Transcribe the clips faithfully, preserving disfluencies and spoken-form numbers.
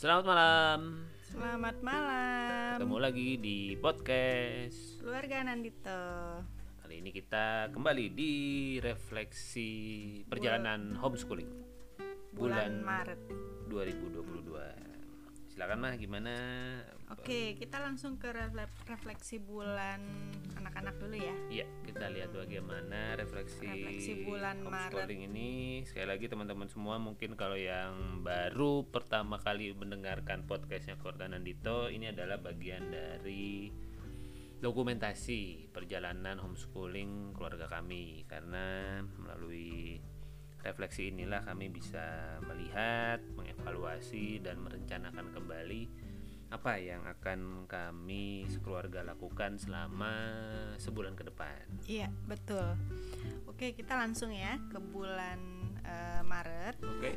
Selamat malam. Selamat malam. Ketemu lagi di podcast Keluarga Nandito. Kali ini kita kembali di refleksi perjalanan homeschooling Bulan Maret dua ribu dua puluh dua. Silakan Mah, gimana? Oke, kita langsung ke refle- refleksi bulan anak-anak dulu ya. Iya, kita lihat bagaimana refleksi, Refleksi bulan homeschooling ini. Sekali lagi teman-teman semua, mungkin kalau yang baru pertama kali mendengarkan podcastnya Keluarga Nandito, ini adalah bagian dari dokumentasi perjalanan homeschooling keluarga kami. Karena melalui refleksi inilah kami bisa melihat, mengevaluasi, dan merencanakan kembali apa yang akan kami sekeluarga lakukan selama sebulan ke depan. Iya, betul. Oke, kita langsung ya ke bulan uh, Maret. Oke.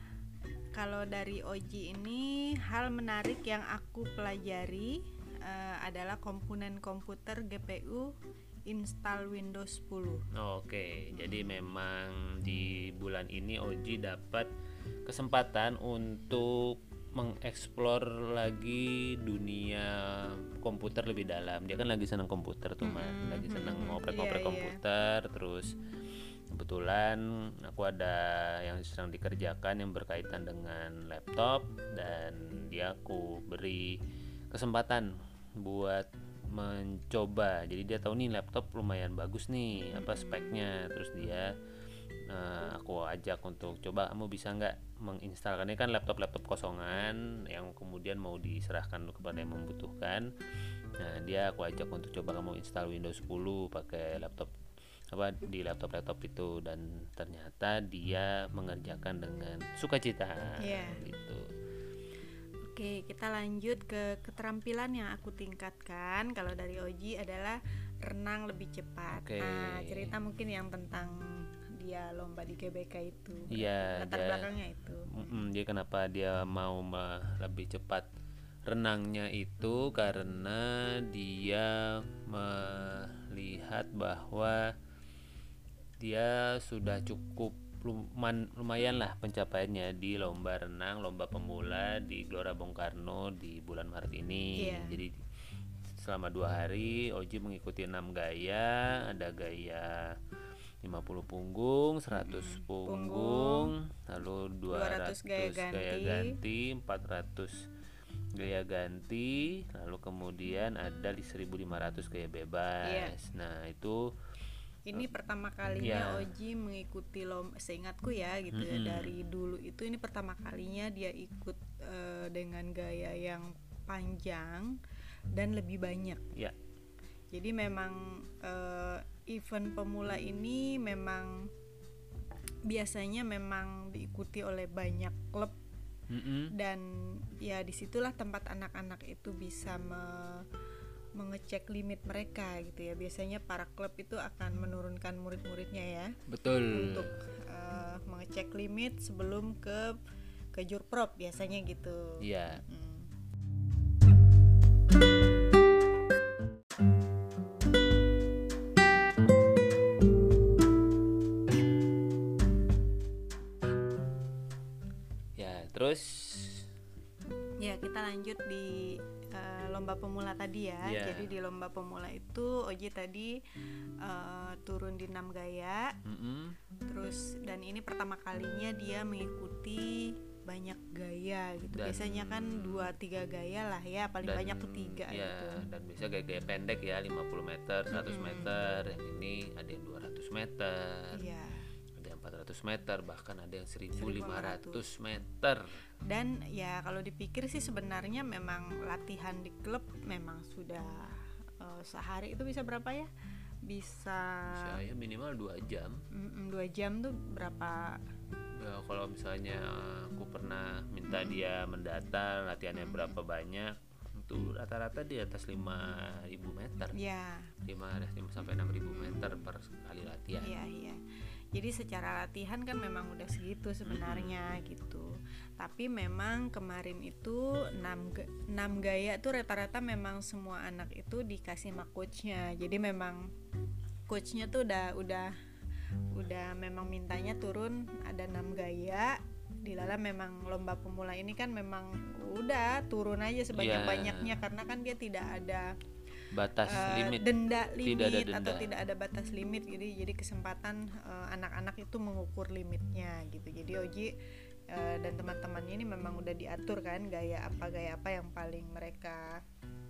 Kalau dari Oji ini, hal menarik yang aku pelajari uh, adalah komponen komputer G P U install Windows sepuluh. Oke, jadi memang di bulan ini Oji dapat kesempatan untuk mengeksplor lagi dunia komputer lebih dalam. Dia kan lagi senang komputer tuh, Man. Mm-hmm. Lagi senang Mm-hmm. ngoprek-ngoprek yeah, komputer, yeah. Terus kebetulan aku ada yang sedang dikerjakan yang berkaitan dengan laptop, dan dia aku beri kesempatan buat mencoba. Jadi dia tahu nih laptop lumayan bagus nih, apa speknya. Terus dia uh, aku ajak untuk coba, kamu bisa nggak menginstalkan. Ini kan laptop-laptop kosongan yang kemudian mau diserahkan kepada yang membutuhkan. Nah, dia aku ajak untuk coba kamu install Windows sepuluh pakai laptop apa di laptop-laptop itu, dan ternyata dia mengerjakan dengan sukacita. Yeah. Gitu. Oke, kita lanjut ke keterampilan yang aku tingkatkan. Kalau dari Oji adalah renang lebih cepat. Oke. Nah, cerita mungkin yang tentang dia lomba di G B K itu. Iya, latar dia, belakangnya itu. Mm-mm, dia kenapa dia mau me- lebih cepat renangnya itu karena dia melihat bahwa dia sudah cukup lumayan, lumayan lah pencapaiannya di lomba renang, lomba pemula di Gelora Bung Karno di bulan Maret ini. Yeah. Jadi selama dua hari Oji mengikuti enam gaya. Ada gaya lima puluh punggung, seratus hmm, punggung, punggung, lalu dua ratus, dua ratus gaya ganti, gaya ganti, empat ratus gaya ganti, lalu kemudian ada seribu lima ratus gaya bebas. Yeah. Nah, itu ini pertama kalinya yeah. Oji mengikuti lomba, seingatku ya gitu mm-hmm. ya, dari dulu itu ini pertama kalinya dia ikut uh, dengan gaya yang panjang dan lebih banyak. Yeah. Jadi memang uh, event pemula ini memang biasanya memang diikuti oleh banyak klub mm-hmm. dan ya disitulah tempat anak-anak itu bisa me- mengecek limit mereka gitu ya. Biasanya para klub itu akan menurunkan murid-muridnya ya. Betul. Untuk uh, mengecek limit sebelum ke ke jurprop biasanya gitu. Iya. Yeah. Hmm. Ya, terus ya kita lanjut di uh, lomba pemula tadi ya. Yeah. Jadi di lomba pemula itu Oji tadi uh, turun di enam gaya. Mm-hmm. Terus dan ini pertama kalinya dia mengikuti banyak gaya gitu. Dan, biasanya kan dua tiga gaya lah ya, paling dan, banyak tuh tiga ya, gitu. Dan biasa gaya-gaya pendek ya, lima puluh meter, seratus mm-hmm. meter. Yang ini ada yang dua ratus meter. Iya. Yeah. empat ratus meter, bahkan ada yang seribu lima ratus meter. Dan ya kalau dipikir sih sebenarnya memang latihan di klub memang sudah uh, sehari itu bisa berapa ya? Bisa saya minimal dua jam. dua jam tuh berapa? Ya, kalau misalnya aku pernah minta hmm. dia mendata latihannya hmm. berapa banyak, itu rata-rata di atas lima ribu meter. Ya. lima sampai enam ribu meter per kali latihan. Iya, iya. Jadi secara latihan kan memang udah segitu sebenarnya mm-hmm. gitu. Tapi memang kemarin itu enam gaya tuh rata-rata memang semua anak itu dikasih sama coachnya. Jadi memang coachnya tuh udah udah udah memang mintanya turun ada enam gaya Dilala memang lomba pemula ini kan memang udah turun aja sebanyak-banyaknya, yeah. Karena kan dia tidak ada batas uh, limit, denda limit tidak ada denda. Atau tidak ada batas limit, jadi jadi kesempatan uh, anak-anak itu mengukur limitnya gitu. Jadi Oji uh, dan teman-temannya ini memang udah diatur kan gaya apa gaya apa yang paling mereka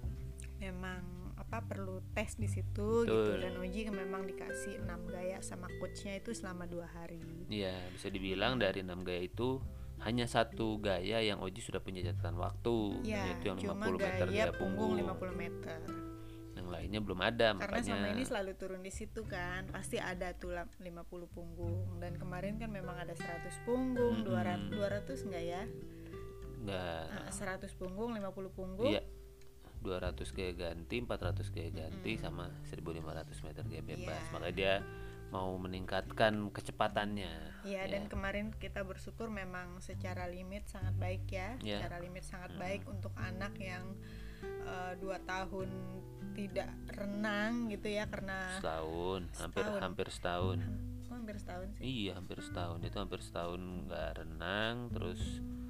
memang apa perlu tes di situ. Betul. Gitu. Dan Oji memang dikasih enam gaya sama coachnya itu selama dua hari. Iya, bisa dibilang dari enam gaya itu hanya satu gaya yang Oji sudah punya catatan waktu, ya, yaitu yang cuma lima puluh meter gaya gaya punggung. punggung lima puluh meter. Yang lainnya belum ada. Karena makanya sama ini selalu turun di situ kan, pasti ada tuh lima puluh punggung. Dan kemarin kan memang ada seratus punggung, mm-hmm. dua ratus enggak ya? Enggak. Nah, seratus punggung, lima puluh punggung. Iya. dua ratus gaya ganti, empat ratus gaya ganti, mm-hmm. sama seribu lima ratus meter gaya bebas. Yeah. Makanya dia mau meningkatkan kecepatannya. Iya, yeah, dan kemarin kita bersyukur memang secara limit sangat baik ya. Yeah. Secara limit sangat mm-hmm. baik untuk anak yang uh, dua tahun tidak renang gitu ya, karena setahun, setahun. hampir hampir setahun. Oh, hampir setahun sih. Iya, hampir setahun. Itu hampir setahun nggak renang, terus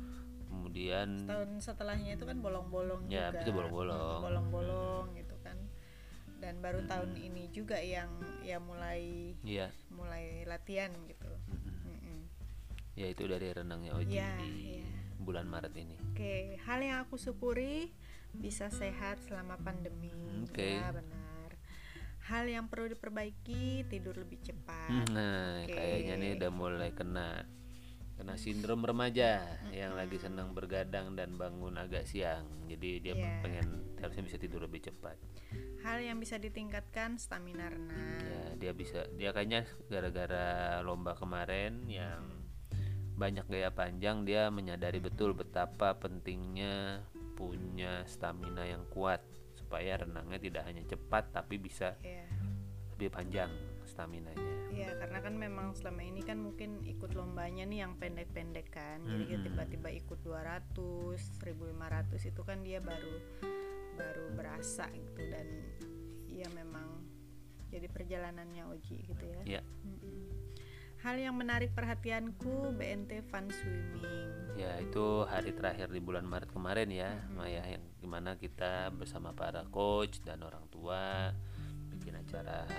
kemudian setahun setelahnya itu kan bolong-bolong ya, juga. Ya, itu bolong-bolong. Bolong-bolong gitu kan. Dan baru hmm. tahun ini juga yang ya mulai ya. mulai latihan gitu. Hmm. Hmm. Ya, itu dari renangnya Oji ya, di ya. bulan Maret ini. Oke, hal yang aku syukuri bisa sehat selama pandemi. Okay. Ya, benar. Hal yang perlu diperbaiki, tidur lebih cepat. Nah, okay. kayaknya nih udah mulai kena kena sindrom remaja mm-hmm. yang lagi senang bergadang dan bangun agak siang. Jadi dia yeah. pengen harusnya bisa tidur lebih cepat. Hal yang bisa ditingkatkan stamina renang. Ya, dia bisa dia kayaknya gara-gara lomba kemarin yang banyak gaya panjang, dia menyadari betul betapa pentingnya punya stamina yang kuat supaya renangnya tidak hanya cepat tapi bisa yeah. lebih panjang staminanya. Iya, karena kan memang selama ini kan mungkin ikut lombanya nih yang pendek-pendek kan. Jadi mm-hmm. tiba-tiba ikut dua ratus, seribu lima ratus itu kan dia baru baru berasa gitu. Dan ya memang jadi perjalanannya Oji gitu ya. Iya. Mm-hmm. Hal yang menarik perhatianku B N T Fun Swimming. Ya, itu hari terakhir di bulan Maret kemarin ya, mm-hmm. Maya, yang dimana kita bersama para coach dan orang tua bikin acara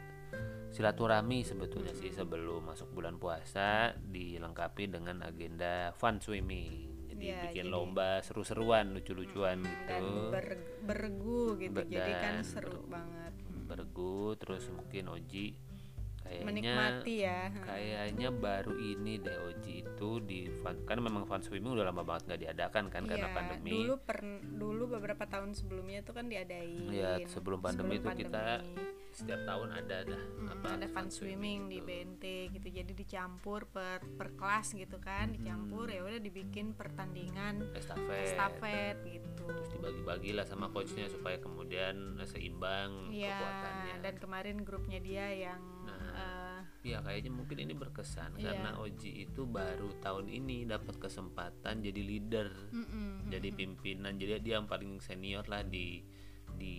silaturahmi sebetulnya sih sebelum masuk bulan puasa, dilengkapi dengan agenda fun swimming. Jadi ya, bikin jadi, lomba seru-seruan, lucu-lucuan hmm, gitu. Dan ber, bergu gitu. Ber, jadi kan seru ber, banget. Bergu, terus mungkin Oji kayaknya menikmati ya. Kayaknya baru ini deh Oji itu di fun, kan memang fun swimming udah lama banget nggak diadakan kan ya, karena pandemi. Dulu per, dulu beberapa tahun sebelumnya itu kan diadain. Ya, sebelum pandemi sebelum itu pandemi. kita setiap tahun ada dah hmm, apa ada fun swimming di B N T gitu. Jadi dicampur per per kelas gitu kan, dicampur hmm. ya udah dibikin pertandingan estafet. Estafet gitu. Terus dibagi-bagilah sama coachnya supaya kemudian seimbang ya, kekuatannya. Dan kemarin grupnya dia yang nah, uh, ya kayaknya mungkin ini berkesan iya. karena Oji itu baru tahun ini dapat kesempatan jadi leader, mm-mm, jadi pimpinan, jadi dia yang paling senior lah di di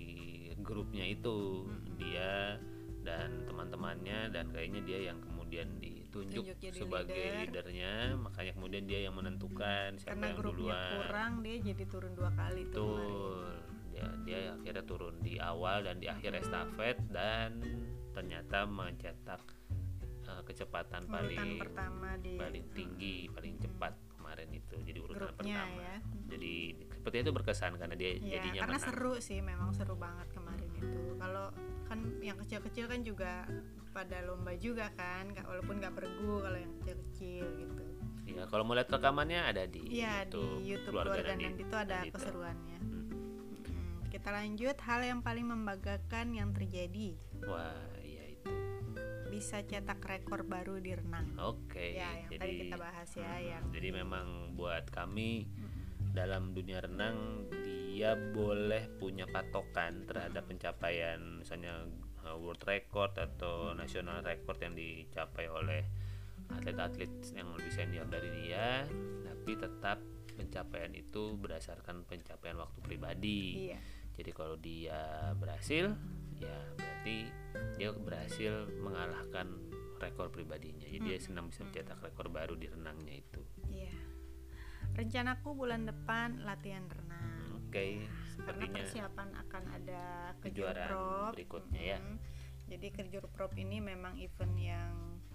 grupnya itu, mm-hmm. dia dan teman-temannya, dan kayaknya dia yang kemudian ditunjuk sebagai leader. leadernya, makanya kemudian dia yang menentukan siapa karena yang grupnya duluan. Kurang, dia jadi turun dua kali tuh. Betul. Dia dia akhirnya turun di awal dan di akhir estafet, dan ternyata mencetak uh, kecepatan urutan paling pertama di, paling tinggi, hmm. paling cepat kemarin itu. Jadi urutan grupnya, pertama. Ya. Jadi seperti itu berkesan karena dia ya, jadinya karena menang. Seru sih, memang seru banget kemarin itu. Kalau kan yang kecil-kecil kan juga pada lomba juga kan, walaupun nggak bergu kalau yang kecil-kecil gitu. Iya, kalau mau lihat rekamannya ada di ya, YouTube, di YouTube Keluarga Nandito itu ada Nandito. Keseruannya. Hmm. Hmm. Kita lanjut, hal yang paling membanggakan yang terjadi. Wah, iya itu. Bisa cetak rekor baru di renang. Oke. Ya, yang jadi, tadi kita bahas ya. Hmm, yang jadi memang buat kami hmm. dalam dunia renang, dia boleh punya patokan terhadap pencapaian misalnya world record atau national record yang dicapai oleh atlet-atlet yang lebih senior dari dia, tapi tetap pencapaian itu berdasarkan pencapaian waktu pribadi. Iya. Jadi kalau dia berhasil, ya berarti dia berhasil mengalahkan rekor pribadinya. Jadi hmm. dia senang bisa mencetak rekor baru di renangnya itu. Iya. Rencanaku bulan depan latihan renang. Oke, okay, karena persiapan akan ada kejuaraan Kejurprop berikutnya ya. Hmm. Jadi Kejurprop ini memang event yang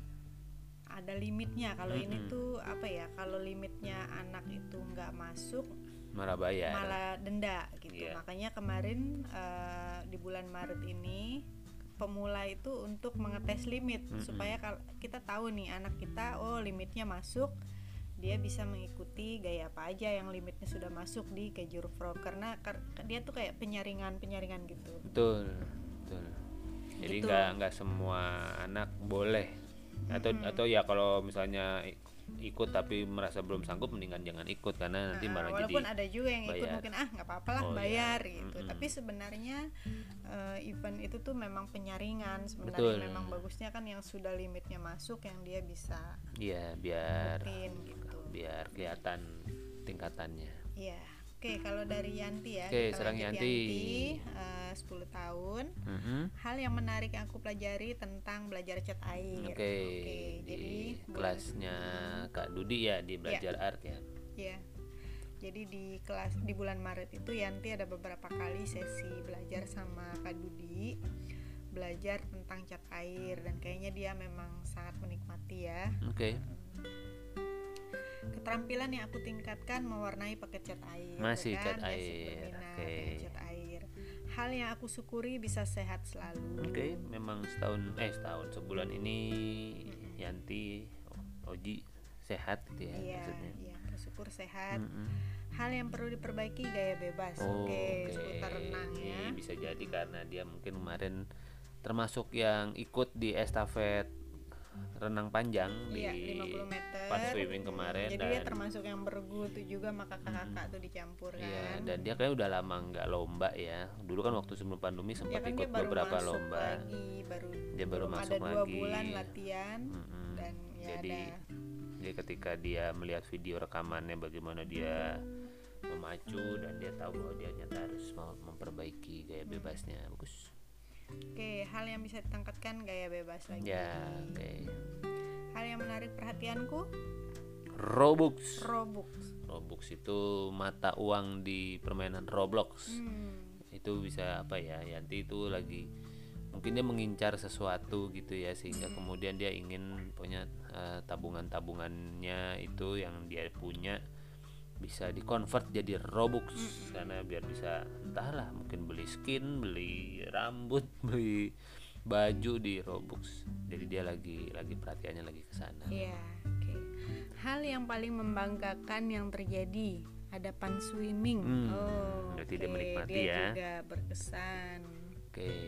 ada limitnya. Kalau hmm. ini tuh apa ya? Kalau limitnya anak itu nggak masuk, malah bayar, malah denda gitu. Yeah. Makanya kemarin uh, di bulan Maret ini pemula itu untuk mengetes limit mm-hmm. supaya kalau kita tahu nih anak kita oh limitnya masuk, dia bisa mengikuti gaya apa aja yang limitnya sudah masuk di Kejurprop, karena dia tuh kayak penyaringan-penyaringan gitu. Betul, betul. Jadi gitu. nggak nggak semua anak boleh atau mm-hmm. atau ya kalau misalnya ikut tapi merasa belum sanggup, mendingan jangan ikut karena nanti malah nah, jadi walaupun ada juga yang ikut bayar. Mungkin ah nggak apa-apa lah oh, bayar ya. gitu mm-hmm. Tapi sebenarnya uh, event itu tuh memang penyaringan sebenarnya. Betul. Memang bagusnya kan yang sudah limitnya masuk yang dia bisa iya biar rutin, gitu. Biar kelihatan tingkatannya. Iya. Oke, kalau dari Yanti ya. Oke, serang Yanti. Yanti uh, sepuluh tahun. Mm-hmm. Hal yang menarik yang aku pelajari tentang belajar cat air. Oke. Oke, jadi kelasnya Kak Dudi ya di belajar ya. Art ya. Iya. Jadi di kelas di bulan Maret itu Yanti ada beberapa kali sesi belajar sama Kak Dudi, belajar tentang cat air, dan kayaknya dia memang sangat menikmati ya. Oke. Keterampilan yang aku tingkatkan mewarnai pakai cat air. Masih kan? cat air. Oke. Okay. Cat air. Hal yang aku syukuri bisa sehat selalu. Oke, okay. Memang setahun eh setahun sebulan ini mm-hmm. Yanti Oji sehat gitu ya iya, maksudnya. Iya, bersyukur sehat. Mm-hmm. Hal yang perlu diperbaiki gaya bebas. Oh, Oke, okay. okay. Seputar renang ya. Ini bisa jadi karena dia mungkin kemarin termasuk yang ikut di estafet renang panjang iya, di lima puluh meter pas swimming kemarin. Jadi dan dia termasuk yang bergu tuh juga sama kakak-kakak hmm. tuh dicampur kan. Iya, dan dia kayak udah lama nggak lomba ya. Dulu kan waktu sebelum pandemi sempat ya kan ikut beberapa lomba. Lagi, baru dia baru masuk ada lagi. dua bulan latihan mm-hmm. dan ya jadi ada. Jadi ketika dia melihat video rekamannya bagaimana dia memacu dan dia tahu bahwa dia nyata harus memperbaiki gaya bebasnya. Bagus. Oke, hal yang bisa ditangkatkan gaya bebas lagi. Ya, oke. Okay. Hal yang menarik perhatianku, Robux. Robux. Robux itu mata uang di permainan Roblox. Hmm. Itu bisa apa ya? Yanti itu lagi mungkin dia mengincar sesuatu gitu ya, sehingga hmm. kemudian dia ingin punya uh, tabungan-tabungannya itu yang dia punya bisa dikonvert jadi Robux mm-hmm. karena biar bisa entahlah mungkin beli skin, beli rambut, beli baju di Robux. Jadi dia lagi lagi perhatiannya lagi ke sana. Iya, oke. Okay. Hal yang paling membanggakan yang terjadi ada pan swimming. Hmm, oh, berarti okay. dia menikmati dia ya. Dia juga berkesan. Oke. Okay.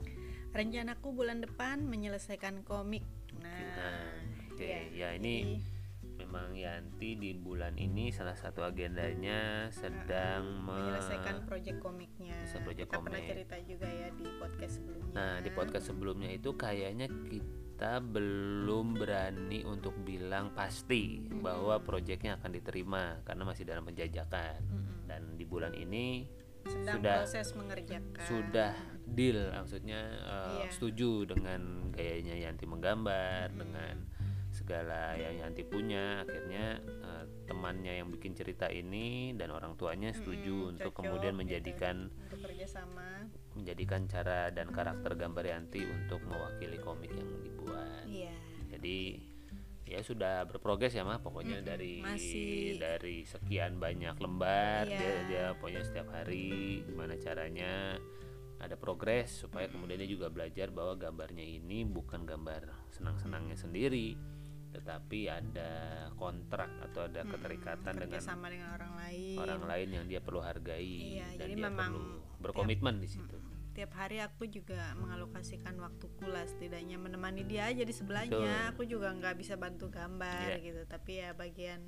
Rencanaku bulan depan menyelesaikan komik. Nah, nah oke. Okay. Ya, ya ini jadi, memang Yanti di bulan ini salah satu agendanya sedang uh, menyelesaikan proyek komiknya. Project kita komik. Pernah cerita juga ya di podcast sebelumnya. Nah di podcast sebelumnya itu kayaknya kita belum berani untuk bilang pasti mm-hmm. bahwa proyeknya akan diterima karena masih dalam penjajakan. Mm-hmm. Dan di bulan ini sedang sudah proses mengerjakan. Sudah deal, maksudnya uh, iya. setuju dengan gayanya Yanti menggambar, mm-hmm. dengan segala yang Yanti punya. Akhirnya uh, temannya yang bikin cerita ini dan orang tuanya setuju hmm, untuk cocok, kemudian menjadikan gitu, untuk kerjasama, menjadikan cara dan karakter gambar Yanti untuk mewakili komik yang dibuat. Iya. Jadi ya sudah berprogres ya mah pokoknya hmm, dari masih. dari sekian banyak lembar iya. dia dia pokoknya setiap hari gimana caranya ada progres supaya kemudian dia juga belajar bahwa gambarnya ini bukan gambar senang-senangnya sendiri, tetapi ada kontrak atau ada keterikatan hmm, dengan, dengan orang lain orang lain yang dia perlu hargai iya, dan jadi dia memang perlu berkomitmen tiap, di situ. Tiap hari aku juga mengalokasikan waktuku lah, setidaknya menemani dia aja di sebelahnya. Betul. Aku juga nggak bisa bantu gambar yeah. gitu, tapi ya bagian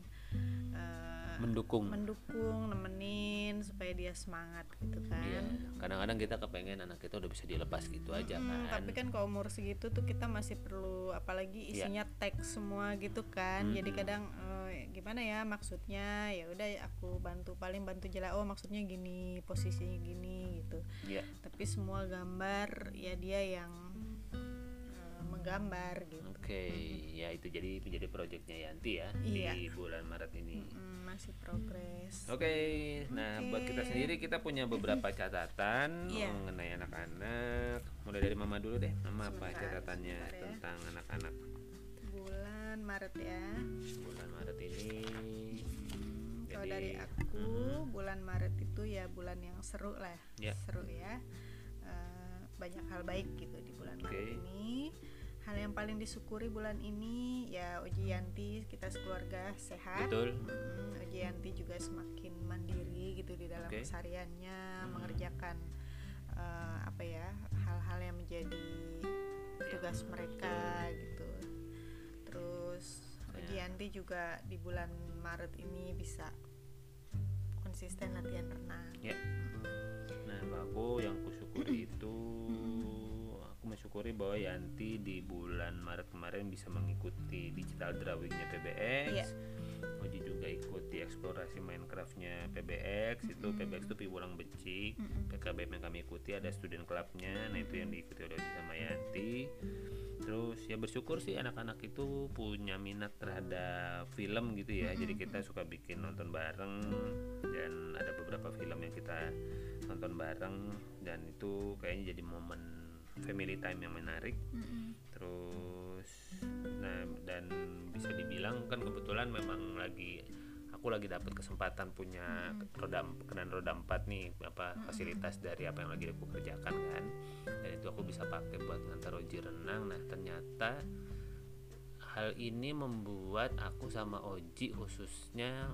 uh, mendukung mendukung nemenin supaya dia semangat gitu kan. Iya. Kadang-kadang kita kepengen anak kita udah bisa dilepas gitu hmm, aja kan. Tapi kan kalau umur segitu tuh kita masih perlu, apalagi isinya yeah. teks semua gitu kan. Hmm. Jadi kadang eh, gimana ya maksudnya, ya udah aku bantu, paling bantu jelas oh maksudnya gini, posisinya gini gitu. Yeah. Tapi semua gambar ya dia yang menggambar gitu. Oke, okay. mm-hmm. ya itu jadi itu jadi proyeknya Yanti ya iya. di bulan Maret ini. Mm-hmm, masih progres. Oke, okay. nah okay. buat kita sendiri kita punya beberapa catatan yeah. mengenai anak-anak. Mulai dari Mama dulu deh, Mama sebentar, apa catatannya ya. tentang anak-anak? Bulan Maret ya. Bulan Maret ini. Hmm, kalau dari aku, mm-hmm. bulan Maret itu ya bulan yang seru lah, yeah. seru ya. Uh, banyak hal baik gitu di bulan okay. Maret ini. Hal yang paling disyukuri bulan ini ya Oji Yanti kita sekeluarga sehat. Betul. Hmm, Oji Yanti juga semakin mandiri gitu di dalam okay. kesehariannya, hmm. mengerjakan uh, apa ya hal-hal yang menjadi tugas ya, mereka betul. gitu. Terus ya. Oji Yanti juga di bulan Maret ini bisa konsisten latihan renang. Ya. Nah, aku yang kusyukuri itu aku mensyukuri bahwa Yanti di bulan Maret kemarin bisa mengikuti digital drawingnya P B X. Yeah. Oji juga ikuti eksplorasi Minecraftnya P B X. Mm-hmm. Itu P B X itu Piwulang Becik. Mm-hmm. P K B M yang kami ikuti ada student clubnya. Nah itu yang diikuti oleh Oji sama Yanti. Terus ya bersyukur sih anak-anak itu punya minat terhadap film gitu ya. Mm-hmm. Jadi kita suka bikin nonton bareng dan ada beberapa film yang kita nonton bareng dan itu kayaknya jadi momen family time yang menarik. Mm-hmm. Terus nah dan bisa dibilang kan kebetulan memang lagi aku lagi dapat kesempatan punya mm-hmm. roda kendaraan roda empat nih apa mm-hmm. fasilitas dari apa yang lagi aku kerjakan kan, dan itu aku bisa pakai buat ngantar Oji renang. Nah ternyata hal ini membuat aku sama Oji khususnya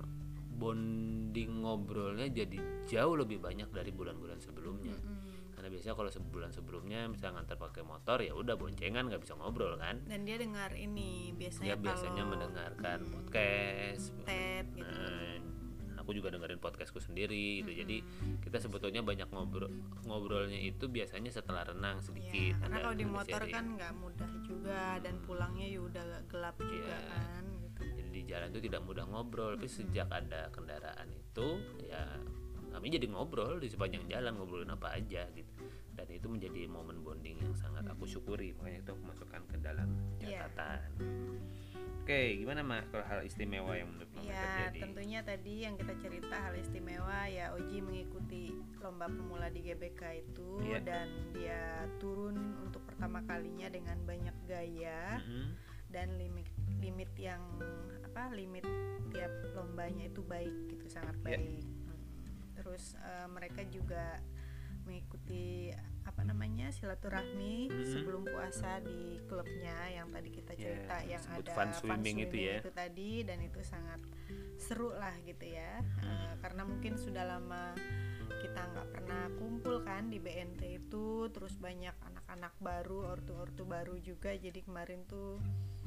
bonding ngobrolnya jadi jauh lebih banyak dari bulan-bulan sebelumnya. Mm-hmm. Karena biasanya kalau sebulan sebelumnya misalnya ngantar pakai motor ya udah boncengan nggak bisa ngobrol kan. Dan dia dengar ini biasanya. Dia biasanya kalau, mendengarkan hmm, podcast. Tab gitu. Nah, aku juga dengerin podcastku sendiri gitu. Hmm. Jadi kita sebetulnya banyak ngobrol ngobrolnya itu biasanya setelah renang sedikit. Ya, karena kalau di motor sharing kan nggak mudah juga dan pulangnya ya udah gelap ya, juga kan. Gitu. Jadi di jalan itu tidak mudah ngobrol. Tapi hmm. sejak ada kendaraan itu ya kami jadi ngobrol di sepanjang jalan, ngobrolin apa aja gitu, dan itu menjadi momen bonding yang sangat aku syukuri, makanya itu aku masukkan ke dalam catatan. Yeah. Oke, gimana Mas kalau hal istimewa yang menurut Mama ya, terjadi? Ya tentunya tadi yang kita cerita hal istimewa ya Oji mengikuti lomba pemula di G B K itu yeah. dan dia turun untuk pertama kalinya dengan banyak gaya mm-hmm. dan limit limit yang apa limit tiap lombanya itu baik gitu, sangat baik. Yeah. Terus uh, mereka juga mengikuti apa namanya silaturahmi mm-hmm. sebelum puasa di klubnya yang tadi kita cerita yeah, yang ada fun swimming, fun swimming itu ya itu tadi, dan itu sangat seru lah gitu ya. Mm-hmm. uh, karena mungkin sudah lama kita nggak pernah kumpul kan di B N T itu, terus banyak anak-anak baru, ortu-ortu baru juga, jadi kemarin tuh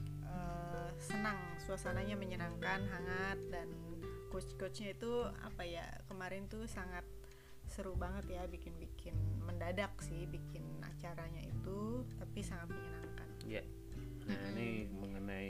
uh, senang, suasananya menyenangkan, hangat, dan coach-coachnya itu apa ya kemarin tuh sangat seru banget ya, bikin-bikin mendadak sih bikin acaranya itu, tapi sangat menyenangkan. Ya. Nah mm-hmm. ini mengenai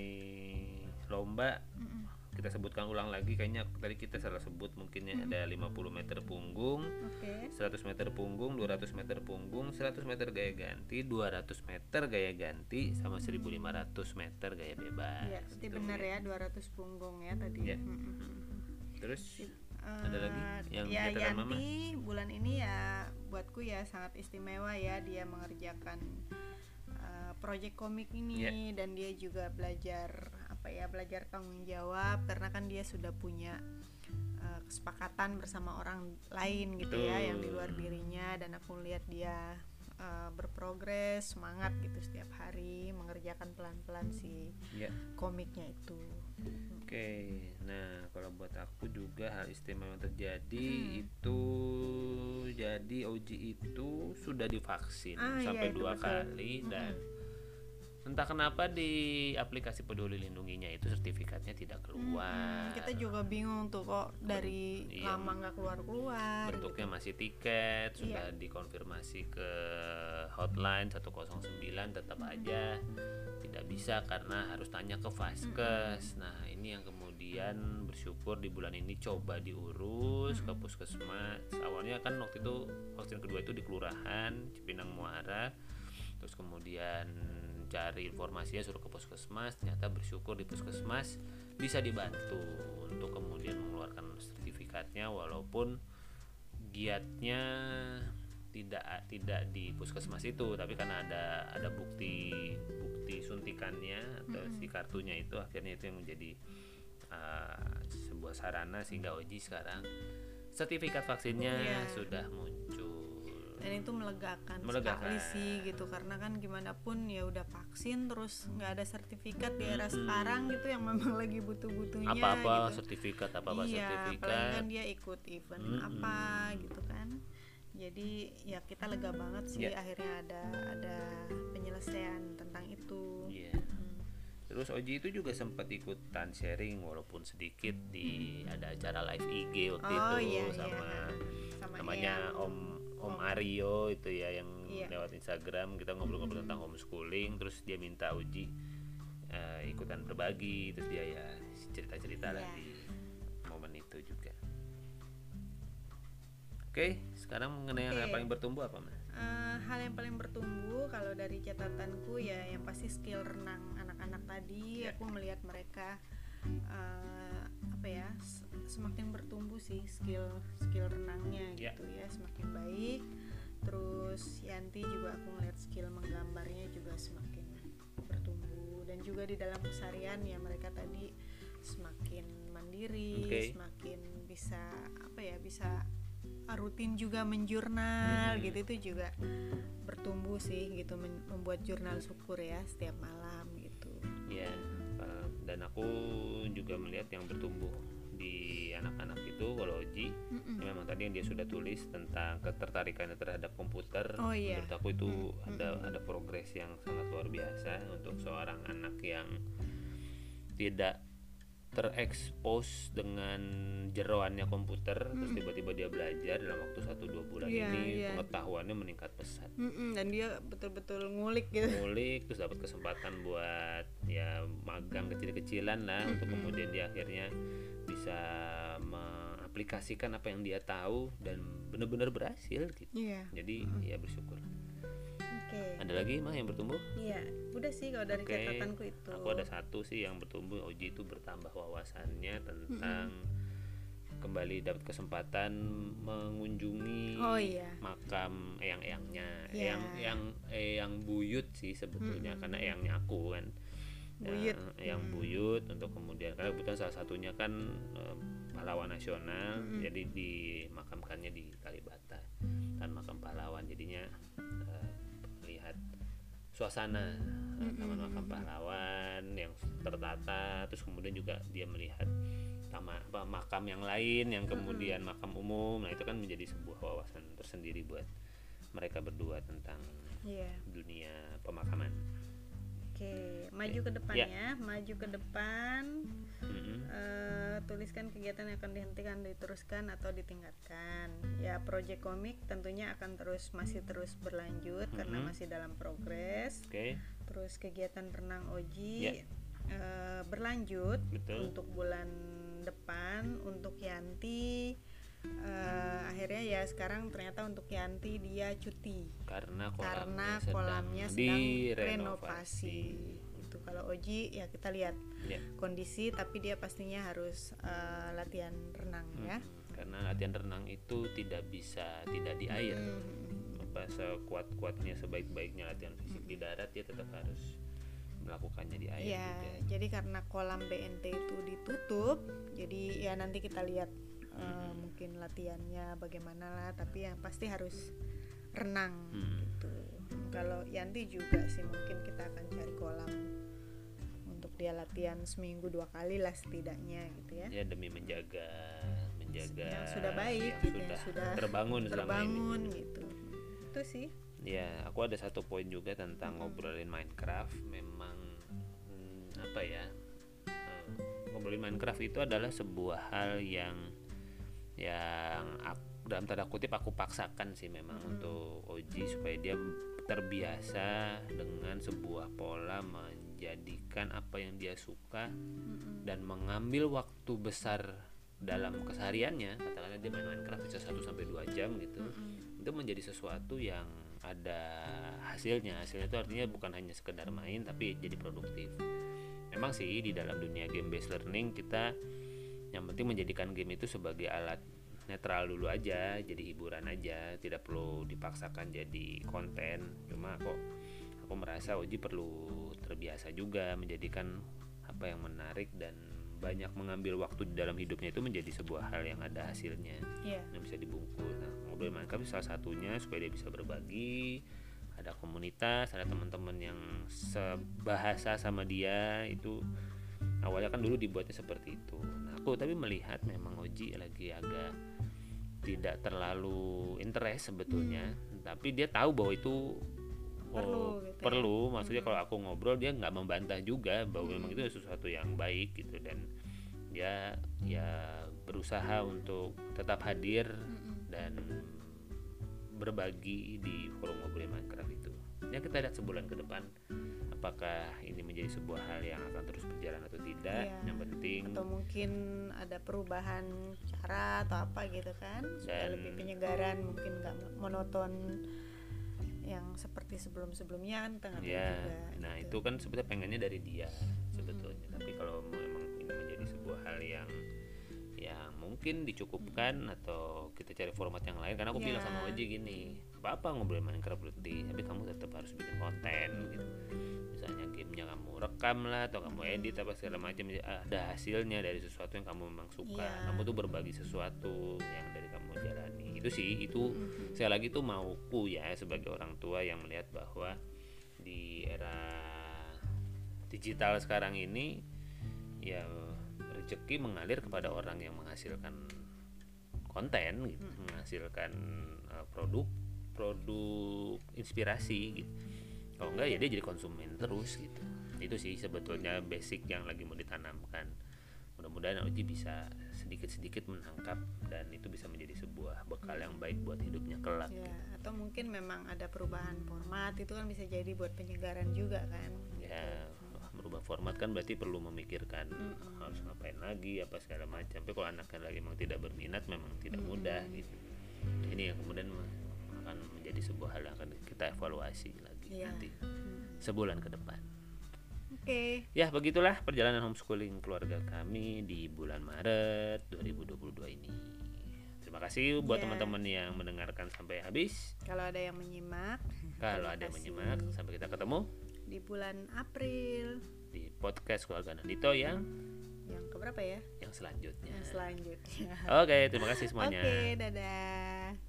lomba mm-hmm. kita sebutkan ulang lagi, kayaknya tadi kita salah sebut mungkin ya. Mm-hmm. Ada lima puluh meter punggung, okay. seratus meter punggung, dua ratus meter punggung, seratus meter gaya ganti, dua ratus meter gaya ganti, sama seribu lima ratus meter gaya bebas. Iya, pasti benar ya, dua ratus punggung ya tadi. Ya. Mm-hmm. Terus uh, ada lagi yang ya Yanti Mama? Bulan ini ya buatku ya sangat istimewa ya, dia mengerjakan uh, proyek komik ini yeah. dan dia juga belajar apa ya belajar tanggung jawab karena kan dia sudah punya uh, kesepakatan bersama orang lain gitu. Betul. Ya yang di luar dirinya, dan aku lihat dia uh, berprogres, semangat gitu setiap hari mengerjakan pelan-pelan si yeah. komiknya itu. Oke, okay. Nah kalau buat aku juga hal istimewa yang terjadi hmm. itu jadi Oji itu sudah divaksin ah, sampai iya, dua betul. kali dan hmm. entah kenapa di aplikasi Peduli Lindunginya itu sertifikatnya tidak keluar. Hmm, kita juga bingung tuh kok dari iya, lama nggak keluar-keluar. Bentuknya gitu. Masih tiket, sudah iya. dikonfirmasi ke hotline seratus sembilan tetap hmm. aja tidak bisa karena harus tanya ke Vaskes. Mm-hmm. Nah ini yang kemudian bersyukur di bulan ini coba diurus mm-hmm. ke puskesmas. Awalnya kan waktu itu vaksin kedua itu di kelurahan Cipinang Muara, terus kemudian cari informasinya suruh ke puskesmas, ternyata bersyukur di puskesmas bisa dibantu untuk kemudian mengeluarkan sertifikatnya, walaupun giatnya tidak tidak di puskesmas itu, tapi karena ada ada bukti bukti suntikannya atau mm-hmm. si kartunya itu, akhirnya itu yang menjadi uh, sebuah sarana sehingga Oji sekarang sertifikat vaksinnya yeah. sudah muncul. Dan itu melegakan, melegakan sekali sih gitu, karena kan gimana pun ya udah vaksin terus nggak ada sertifikat di era hmm. sekarang gitu yang memang lagi butuh-butuhnya apa-apa gitu. sertifikat apa-apa iya, sertifikat. Iya, kan dia ikut event hmm. apa gitu kan. Jadi ya kita lega banget sih yeah. akhirnya ada ada penyelesaian tentang itu. Yeah. Hmm. Terus Oji itu juga sempat ikutan sharing walaupun sedikit di ada acara live I G waktu oh, itu iya, sama, iya. sama namanya yang... Om Om Aryo itu ya yang iya. lewat Instagram kita ngobrol-ngobrol mm-hmm. tentang homeschooling, terus dia minta Uji uh, ikutan berbagi, terus dia ya cerita-cerita yeah. lah di momen itu juga. Oke, sekarang mengenai okay. yang paling bertumbuh apa Mas? Uh, hal yang paling bertumbuh kalau dari catatanku ya yang pasti skill renang anak-anak tadi. Yeah. Aku melihat mereka uh, apa ya semakin bertumbuh sih skill skill renangnya yeah. gitu ya, semakin baik. Terus Yanti juga aku ngeliat skill menggambarnya juga semakin bertumbuh, dan juga di dalam keseharian ya mereka tadi semakin mandiri, okay. semakin bisa apa ya bisa rutin juga menjurnal mm-hmm. gitu, itu juga bertumbuh sih gitu, membuat jurnal syukur ya setiap malam gitu. Ya, yeah. dan aku juga melihat yang bertumbuh di anak-anak itu kalau Oji mm-hmm. ya memang tadi yang dia sudah tulis tentang ketertarikannya terhadap komputer. Oh, iya. Menurut aku itu mm-hmm. ada ada progres yang sangat luar biasa untuk seorang anak yang tidak terekspos dengan jeroannya komputer, mm-hmm. terus tiba-tiba dia belajar dalam waktu satu dua bulan yeah, ini yeah. pengetahuannya meningkat pesat. Mm-hmm. Dan dia betul-betul ngulik gitu. Ngulik, terus dapat kesempatan buat ya magang kecil-kecilan lah mm-hmm. untuk kemudian dia akhirnya bisa mengaplikasikan apa yang dia tahu dan benar-benar berhasil gitu. Yeah. Jadi mm-hmm. ya bersyukur. Okay. Ada lagi mah yang bertumbuh? Iya, udah sih kalau dari okay. catatanku itu. Aku ada satu sih yang bertumbuh. Oji itu bertambah wawasannya tentang mm-hmm. kembali dapat kesempatan mengunjungi oh, iya. makam eyang-eyangnya, yeah. eyang yang eyang buyut sih sebetulnya mm-hmm. karena eyangnya aku kan. Buyut. Nah, yang hmm. buyut untuk kemudian karena kebetulan salah satunya kan uh, pahlawan nasional, hmm. jadi dimakamkannya di Kalibata dan makam pahlawan, jadinya uh, melihat suasana uh, taman makam pahlawan yang tertata, terus kemudian juga dia melihat taman apa makam yang lain yang kemudian hmm. makam umum. Nah itu kan menjadi sebuah wawasan tersendiri buat mereka berdua tentang yeah. dunia pemakaman. Oke, maju ke depannya, ya. maju ke depan, mm-hmm. uh, tuliskan kegiatan yang akan dihentikan, diteruskan atau ditingkatkan. Ya, proyek komik tentunya akan terus masih terus berlanjut mm-hmm. karena masih dalam progres. Okay. Terus kegiatan renang Oji ya. uh, berlanjut Betul. Untuk bulan depan, untuk Yanti. Uh, akhirnya ya sekarang ternyata untuk Yanti dia cuti karena kolamnya, karena sedang, kolamnya sedang direnovasi. Itu kalau Oji ya kita lihat yeah. kondisi, tapi dia pastinya harus uh, latihan renang hmm, ya. Karena latihan renang itu tidak bisa tidak di air. Hmm. Apa sekuat-kuatnya sebaik-baiknya latihan fisik hmm. di darat, dia tetap harus melakukannya di air ya, juga. Jadi karena kolam B N T itu ditutup, jadi ya nanti kita lihat Uh, hmm. mungkin latihannya bagaimana lah, tapi yang pasti harus renang hmm. gitu. Kalau Yanti juga sih mungkin kita akan cari kolam untuk dia latihan seminggu dua kali lah setidaknya gitu ya. Ya demi menjaga menjaga yang sudah baik yang gitu, sudah, sudah terbangun, terbangun selama ini. Gitu. Itu sih. Ya, aku ada satu poin juga tentang hmm. ngobrolin Minecraft. Memang hmm, apa ya? Uh, ngobrolin Minecraft itu adalah sebuah hal yang yang aku, dalam tanda kutip aku paksakan sih memang hmm. untuk Oji supaya dia terbiasa dengan sebuah pola menjadikan apa yang dia suka hmm. dan mengambil waktu besar dalam kesehariannya. Katakanlah dia main Minecraft bisa satu sampai dua jam gitu. Hmm. Itu menjadi sesuatu yang ada hasilnya. Hasilnya itu artinya bukan hanya sekedar main tapi jadi produktif. Memang sih di dalam dunia game based learning kita yang penting menjadikan game itu sebagai alat netral dulu aja, jadi hiburan aja, tidak perlu dipaksakan jadi konten. Cuma kok aku merasa Oji perlu terbiasa juga menjadikan apa yang menarik dan banyak mengambil waktu di dalam hidupnya itu menjadi sebuah hal yang ada hasilnya, yeah. yang bisa dibungkus. Nah, ngobrol Minecraft salah satunya supaya dia bisa berbagi, ada komunitas, ada teman-teman yang sebahasa sama dia. Itu awalnya kan dulu dibuatnya seperti itu. Nah, aku tapi melihat memang Oji lagi agak tidak terlalu interest sebetulnya, hmm. tapi dia tahu bahwa itu perlu, oh, gitu perlu. Ya? Maksudnya hmm. kalau aku ngobrol dia nggak membantah juga bahwa hmm. memang itu sesuatu yang baik gitu, dan dia ya berusaha untuk tetap hadir hmm. dan berbagi di forum ngobrol Minecraft itu. Ya kita lihat sebulan ke depan apakah ini menjadi sebuah hal yang akan terus berjalan atau tidak. Ya, yang penting atau mungkin ada perubahan cara atau apa gitu kan, supaya lebih penyegaran, mungkin nggak monoton yang seperti sebelum-sebelumnya kan tengah ya, juga. Nah gitu. Itu kan sebetulnya pengennya dari dia sebetulnya. Hmm. Tapi kalau memang ini menjadi sebuah hal yang yang mungkin dicukupkan hmm. atau kita cari format yang lain, karena aku yeah. bilang sama Oji gini, apa-apa ngobrol Minecraft berarti, tapi kamu tetap harus bikin konten gitu. Misalnya gamenya kamu rekam lah atau kamu edit apa segala macam, ada hasilnya dari sesuatu yang kamu memang suka. Yeah. Kamu tuh berbagi sesuatu yang dari kamu jalani. Itu sih, itu mm-hmm. sekali lagi tuh mauku ya sebagai orang tua yang melihat bahwa di era digital sekarang ini ya rezeki mengalir kepada orang yang menghasilkan konten gitu, hmm. menghasilkan uh, produk produk inspirasi gitu. Kalau enggak ya dia jadi konsumen terus gitu. Itu sih sebetulnya basic yang lagi mau ditanamkan. Mudah-mudahan Oji bisa sedikit-sedikit menangkap dan itu bisa menjadi sebuah bekal yang baik buat hidupnya kelak. Ya, atau mungkin memang ada perubahan format, itu kan bisa jadi buat penyegaran juga kan. Ya, merubah format kan berarti perlu memikirkan mm-hmm. harus ngapain lagi apa segala macam. Tapi kalau anaknya lagi memang tidak berminat, memang tidak mm-hmm. mudah gitu. Ini yang kemudian akan menjadi sebuah hal yang akan kita evaluasi lagi yeah. nanti mm-hmm. sebulan ke depan. Oke. Okay. Ya begitulah perjalanan homeschooling keluarga kami di bulan Maret dua ribu dua puluh dua ini. Terima kasih buat yeah. teman-teman yang mendengarkan sampai habis. Kalau ada yang menyimak. Kalau ada yang menyimak, sampai kita ketemu di bulan April di podcast Keluarga Nandito yang yang keberapa ya? Yang selanjutnya. Yang selanjutnya. Oke, terima kasih semuanya. Oke, dadah.